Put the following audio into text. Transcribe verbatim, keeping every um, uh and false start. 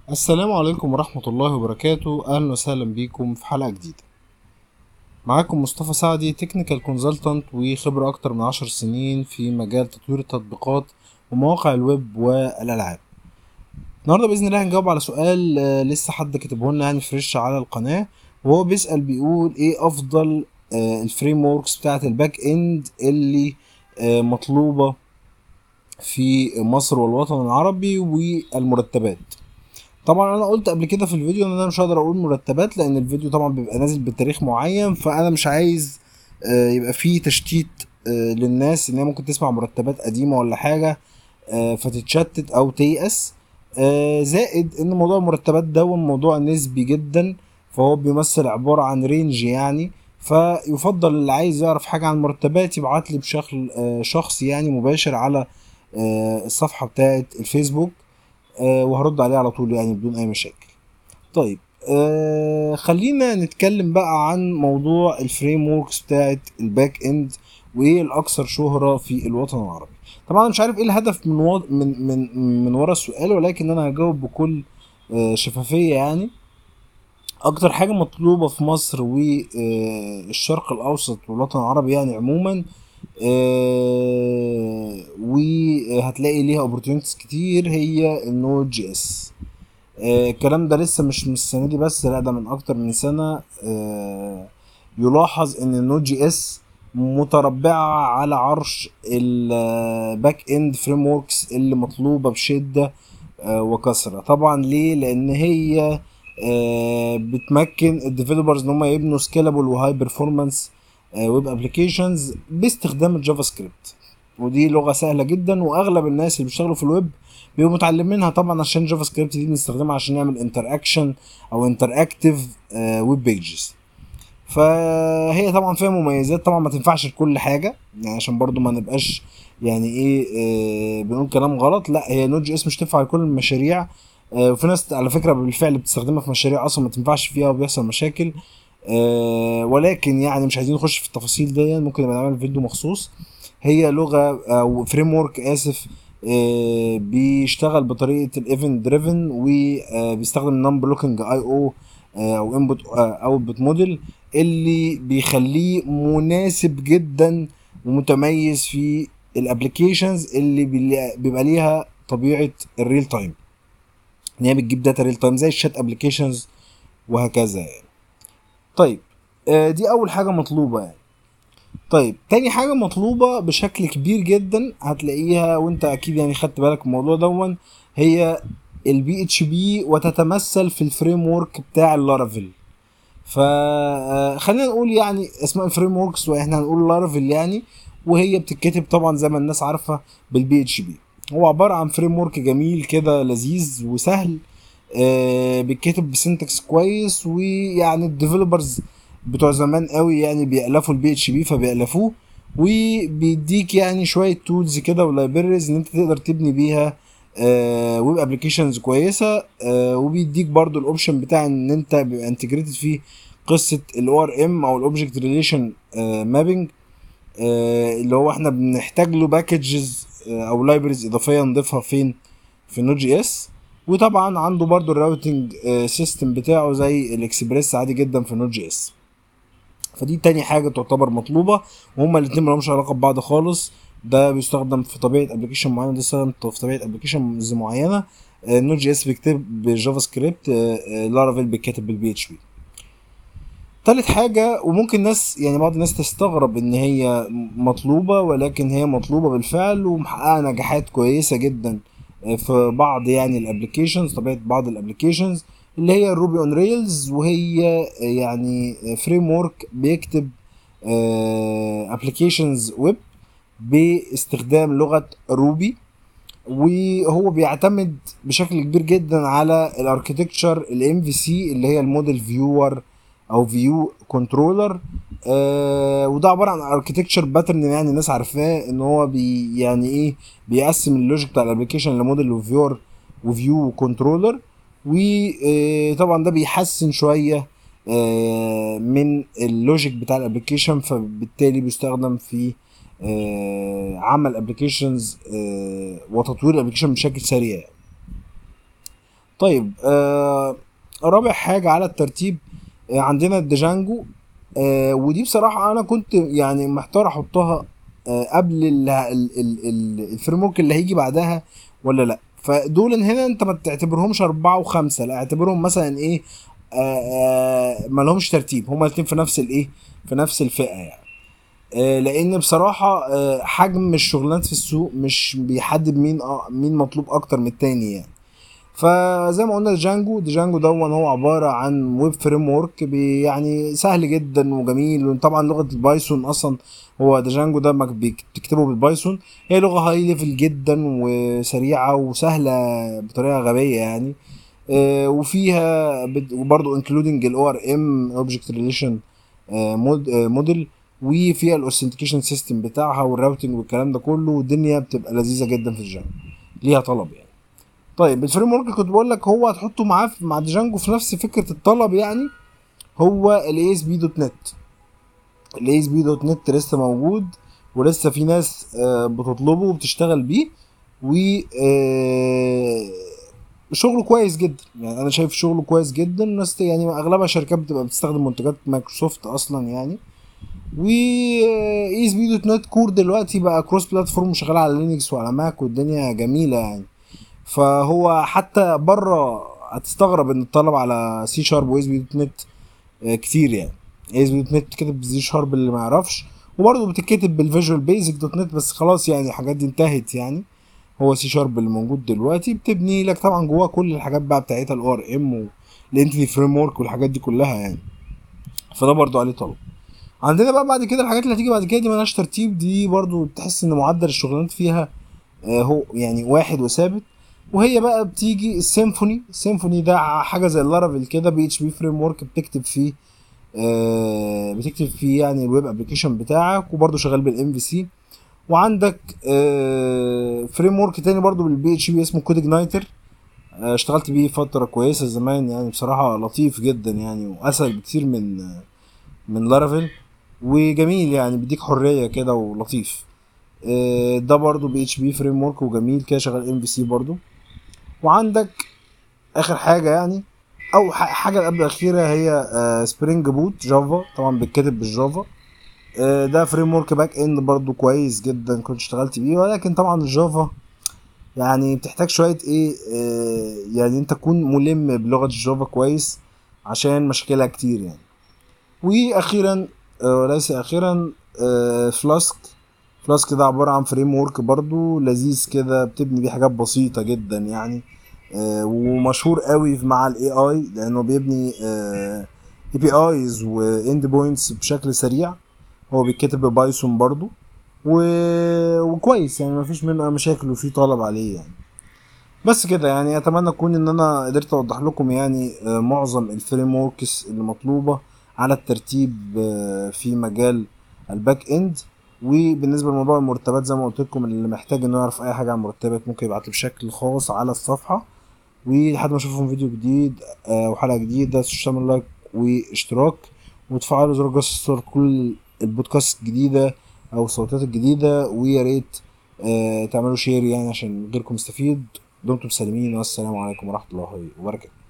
السلام عليكم ورحمة الله وبركاته. أهلا وسهلا بيكم في حلقة جديدة. معاكم مصطفى سعدي، تكنيكال كونسلتانت وخبرة أكتر من عشر سنين في مجال تطوير التطبيقات ومواقع الويب والألعاب. النهاردة بإذن الله هنجاوب على سؤال آه، لسه حد كتبه لنا يعني فريش على القناة، وهو بيسأل بيقول إيه أفضل الفريم وركس بتاعة الباك إند اللي آه، مطلوبة في مصر والوطن العربي والمرتبات. طبعا انا قلت قبل كده في الفيديو ان انا مش هقدر اقول مرتبات، لان الفيديو طبعا بيبقى نازل بتاريخ معين، فانا مش عايز آه، يبقى فيه تشتيت آه، للناس ان هي ممكن تسمع مرتبات قديمة ولا حاجة آه، فتتشتت او تيأس. آه، زائد ان موضوع المرتبات ده موضوع نسبي جدا، فهو بيمثل عبارة عن رينج يعني. فيفضل اللي عايز يعرف حاجة عن المرتبات يبعت لي بشكل آه، شخصي يعني مباشر على آه، الصفحة بتاعة الفيسبوك، آه وهرد عليه على طول يعني بدون اي مشاكل. طيب، آه خلينا نتكلم بقى عن موضوع الفريم وركس بتاعت الباك اند وايه الاكثر شهرة في الوطن العربي. طبعا انا مش عارف ايه الهدف من و... من من من ورا السؤال، ولكن انا هجاوب بكل آه شفافية يعني. اكتر حاجة مطلوبة في مصر والشرق الاوسط والوطن العربي يعني عموما، آه وهتلاقي ليها opportunities كتير، هي النود جي اس. آه، الكلام ده لسه مش من السنة دي بس، لا ده من أكتر من سنة. آه، يلاحظ إن النود جي اس متربعة على عرش الباك اند فريم وركس اللي مطلوبة بشدة آه، وكثرة. طبعا ليه؟ لأن هي آه، بتمكن الديفلوبرز ان هم يبنوا سكيلابل وهاي بيرفورمانس ويب ابلكيشنز باستخدام الجافا سكريبت. ودي لغة سهلة جدا، واغلب الناس اللي بيشتغلوا في الويب بيبقوا متعلمينها طبعا، عشان جافا سكريبت دي بنستخدمها عشان نعمل انتر اكشن او انتر اكتيف ويب بيجز. فهي طبعا فيها مميزات، طبعا ما تنفعش لكل حاجه يعني، عشان برضو ما نبقاش يعني ايه آه بنقول كلام غلط. لا، هي نوت جي اس مش تنفع لكل المشاريع. آه وفي ناس على فكره بالفعل بتستخدمها في مشاريع اصلا ما تنفعش فيها وبيحصل مشاكل. آه ولكن يعني مش عايزين نخش في التفاصيل دي، ممكن نبقى نعمل فيديو مخصوص. هي لغه او فريم ورك اسف، آه بيشتغل بطريقه الايفنت دريفن، وبيستخدم نون بلوكينج اي او او انبوت اوتبوت موديل، اللي بيخليه مناسب جدا ومتميز في الابلكيشنز اللي بيلي- بيبقى ليها طبيعه الريل تايم، ان هي بتجيب داتا ريل تايم زي الشات ابلكيشنز وهكذا يعني. طيب، آه، دي اول حاجه مطلوبه يعني. طيب، تاني حاجه مطلوبه بشكل كبير جدا هتلاقيها، وانت اكيد يعني خدت بالك من الموضوع دون، هي البي اتش بي، وتتمثل في الفريم ورك بتاع اللارافيل. فخلينا نقول يعني اسماء الفريم وركس، واحنا هنقول لارافيل يعني. وهي بتتكتب طبعا زي ما الناس عارفه بالبي اتش بي. هو عباره عن فريم ورك جميل كده لذيذ وسهل، آه بيتكتب بسنتكس كويس، ويعني الديفلوبرز بتوع زمان قوي يعني بيألفوا البي اتش بي فبيألفوه. وبيديك يعني شويه تولز كده ولايبريز ان انت تقدر تبني بيها ويب ابلكيشنز كويسه. آه وبيديك برضو الاوبشن بتاع ان انت بيبقى انتجريتد فيه قصه الاو ار ام او الاوبجكت ريليشن مابنج، اللي هو احنا بنحتاج له باكجز او لايبرز اضافيه نضيفها فين؟ في نود جي اس. وطبعا عنده برضو الراوتنج سيستم بتاعه زي الاكسبريس عادي جدا في نود جي اس. فدي تاني حاجه تعتبر مطلوبه، وهما الاتنين ملهمش علاقه ببعض خالص. ده بيستخدم في طبيعه ابلكيشن معينه، ده بيستخدم في طبيعه ابلكيشن معينه. نود جي اس بيكتب بالجافا سكريبت، لارافيل بيتكتب بالبي اتش بي. تالت حاجة، وممكن ناس يعني بعض الناس تستغرب ان هي مطلوبة، ولكن هي مطلوبة بالفعل ومحققة نجاحات كويسة جدا آه، في بعض يعني الابليكيشنز، طبيعة بعض الابليكيشنز، اللي هي الروبي اون ريلز. وهي آه، يعني فريم ورك بيكتب ابليكيشنز ويب باستخدام لغة روبي. وهو بيعتمد بشكل كبير جدا على الاركتكتشر الام في سي، اللي هي الموديل فيور او فيو كنترولر. آه وده عباره عن اركتكتشر باترن يعني الناس عارفاه ان هو بي يعني ايه، بيقسم اللوجيك بتاع الابلكيشن لموديل وفيور وفيو كنترولر. وطبعا ده بيحسن شويه آه من اللوجيك بتاع الابلكيشن، فبالتالي بيستخدم في آه، عمل ابلكيشنز وتطوير الابلكيشن بشكل سريع. طيب آه رابع حاجة على الترتيب آه عندنا الديجانجو. آه ودي بصراحة أنا كنت يعني محتار أحطها آه قبل ال- ال- ال- ال- الفريم ورك اللي هيجي بعدها ولا لأ. فدول هنا أنت ما تعتبرهمش أربعة وخمسة، لا اعتبرهم مثلا إيه، آه آه ما لهمش ترتيب، هما الاتنين في نفس الإيه، في نفس الفئة يعني. آه لأن بصراحة آه حجم الشغلانات في السوق مش بيحدد مين آه مين مطلوب أكتر من التاني يعني. فزي ما قلنا جانجو ديجانجو دون هو عبارة عن ويب فريم ورك يعني سهل جدا وجميل. وطبعا لغة البايثون اصلا، هو ديجانجو ده ما بيك- بتكتبه بالبايثون، هي لغة هاي ليفل جدا وسريعة وسهلة بطريقة غبية يعني. آه، وفيها بت- وبرضه انكلودنج الاو ار ام اوبجكت ريليشن موديل، وفيها الاوثنتيكيشن سيستم بتاعها والراوتنج والكلام ده كله، والدنيا بتبقى لذيذة جدا في الجانجو، ليها طلب يعني. طيب الفريم ورك اللي كنت بقول لك هو هتحطه معاه في- مع ديجانجو في نفس فكره الطلب يعني، هو الاي اس بي دوت نت. الاي اس بي دوت نت لسه موجود، ولسه في ناس آه، بتطلبه وبتشتغل بيه، و آه، شغله كويس جدا يعني. انا شايف شغله كويس جدا. الناس يعني اغلبها شركات بتبقى بتستخدم منتجات مايكروسوفت اصلا يعني. و اي اس بي دوت نت كور دلوقتي بقى كروس بلاتفورم، شغال على لينكس وعلى ماك والدنيا جميله يعني. فهو حتى بره هتستغرب ان الطلب على سي شارب واس بي دوت نت آه، كتير يعني. اس بي دوت نت بتتكتب بسي شارب اللي ما يعرفش، وبرضه بتتكتب بالفيجوال بيزك دوت نت، بس خلاص يعني الحاجات دي انتهت يعني. هو سي شارب اللي موجود دلوقتي بتبني لك طبعا جواه كل الحاجات بقى بتاعتها الاو ار ام والانتيتي فريم ورك والحاجات دي كلها يعني. فده برضه عليه طلب. عندنا بقى بعد كده الحاجات اللي هتيجي بعد كده دي ملهاش ترتيب، دي برضه تحس ان معدل الشغلانات فيها آه، هو يعني واحد وثابت. وهي بقى بتيجي السيمفوني. السيمفوني ده حاجه زي اللارافيل كده، بي اتش بي فريم ورك بتكتب فيه آه بتكتب فيه يعني الويب ابلكيشن بتاعك، وبرده شغال بالام في سي. وعندك آه فريم ورك تاني برده بالبي اتش بي اسمه كود اجنايتر. آه اشتغلت بيه فتره كويسه زمان يعني، بصراحه لطيف جدا يعني، واسهل بكتير من من لارافيل، وجميل يعني بيديك حريه كده ولطيف. آه، ده برضو بي اتش بي فريم ورك وجميل كده، شغال ام في سي برضو. وعندك اخر حاجه يعني، او ح- حاجه قبل الاخيره هي سبرينج بوت جافا، طبعا بيتكتب بالجافا. آه، ده فريم ورك باك اند برضو كويس جدا، كنت اشتغلت بيه. ولكن طبعا الجافا يعني بتحتاج شويه ايه، آه، يعني انت تكون ملم بلغه الجافا كويس عشان مشاكلها كتير يعني. واخيرا آه، وليس اخيرا آه، فلاسك. فلاسك ده عبارة عن فريم ورك برضو لذيذ كده، بتبني بيه حاجات بسيطة جدا يعني. آه، ومشهور قوي مع الاي اي لانه بيبني اي بي ايز واند بوينتس بشكل سريع. هو بيتكتب ببايثون برضو، و... وكويس يعني مفيش منه أي مشاكل وفي طلب عليه يعني. بس كده يعني، اتمنى اكون ان انا قدرت اوضح لكم يعني آه، معظم الفريم وركس اللي مطلوبه على الترتيب آه، في مجال الباك اند. وبالنسبه لموضوع المرتبات زي ما قلت لكم، اللي محتاج انه يعرف اي حاجه عن المرتبات ممكن يبعت لي بشكل خاص على الصفحه. ولحد ما اشوفكم فيديو جديد آه، وحلقه جديده، تعملوا لايك واشتراك وتفعلوا زر الجرس كل البودكاست الجديده او الصوتات الجديده. ويا ريت آه، تعملوا شير يعني عشان غيركم يستفيد. دمتم سالمين، والسلام عليكم ورحمة الله وبركاته.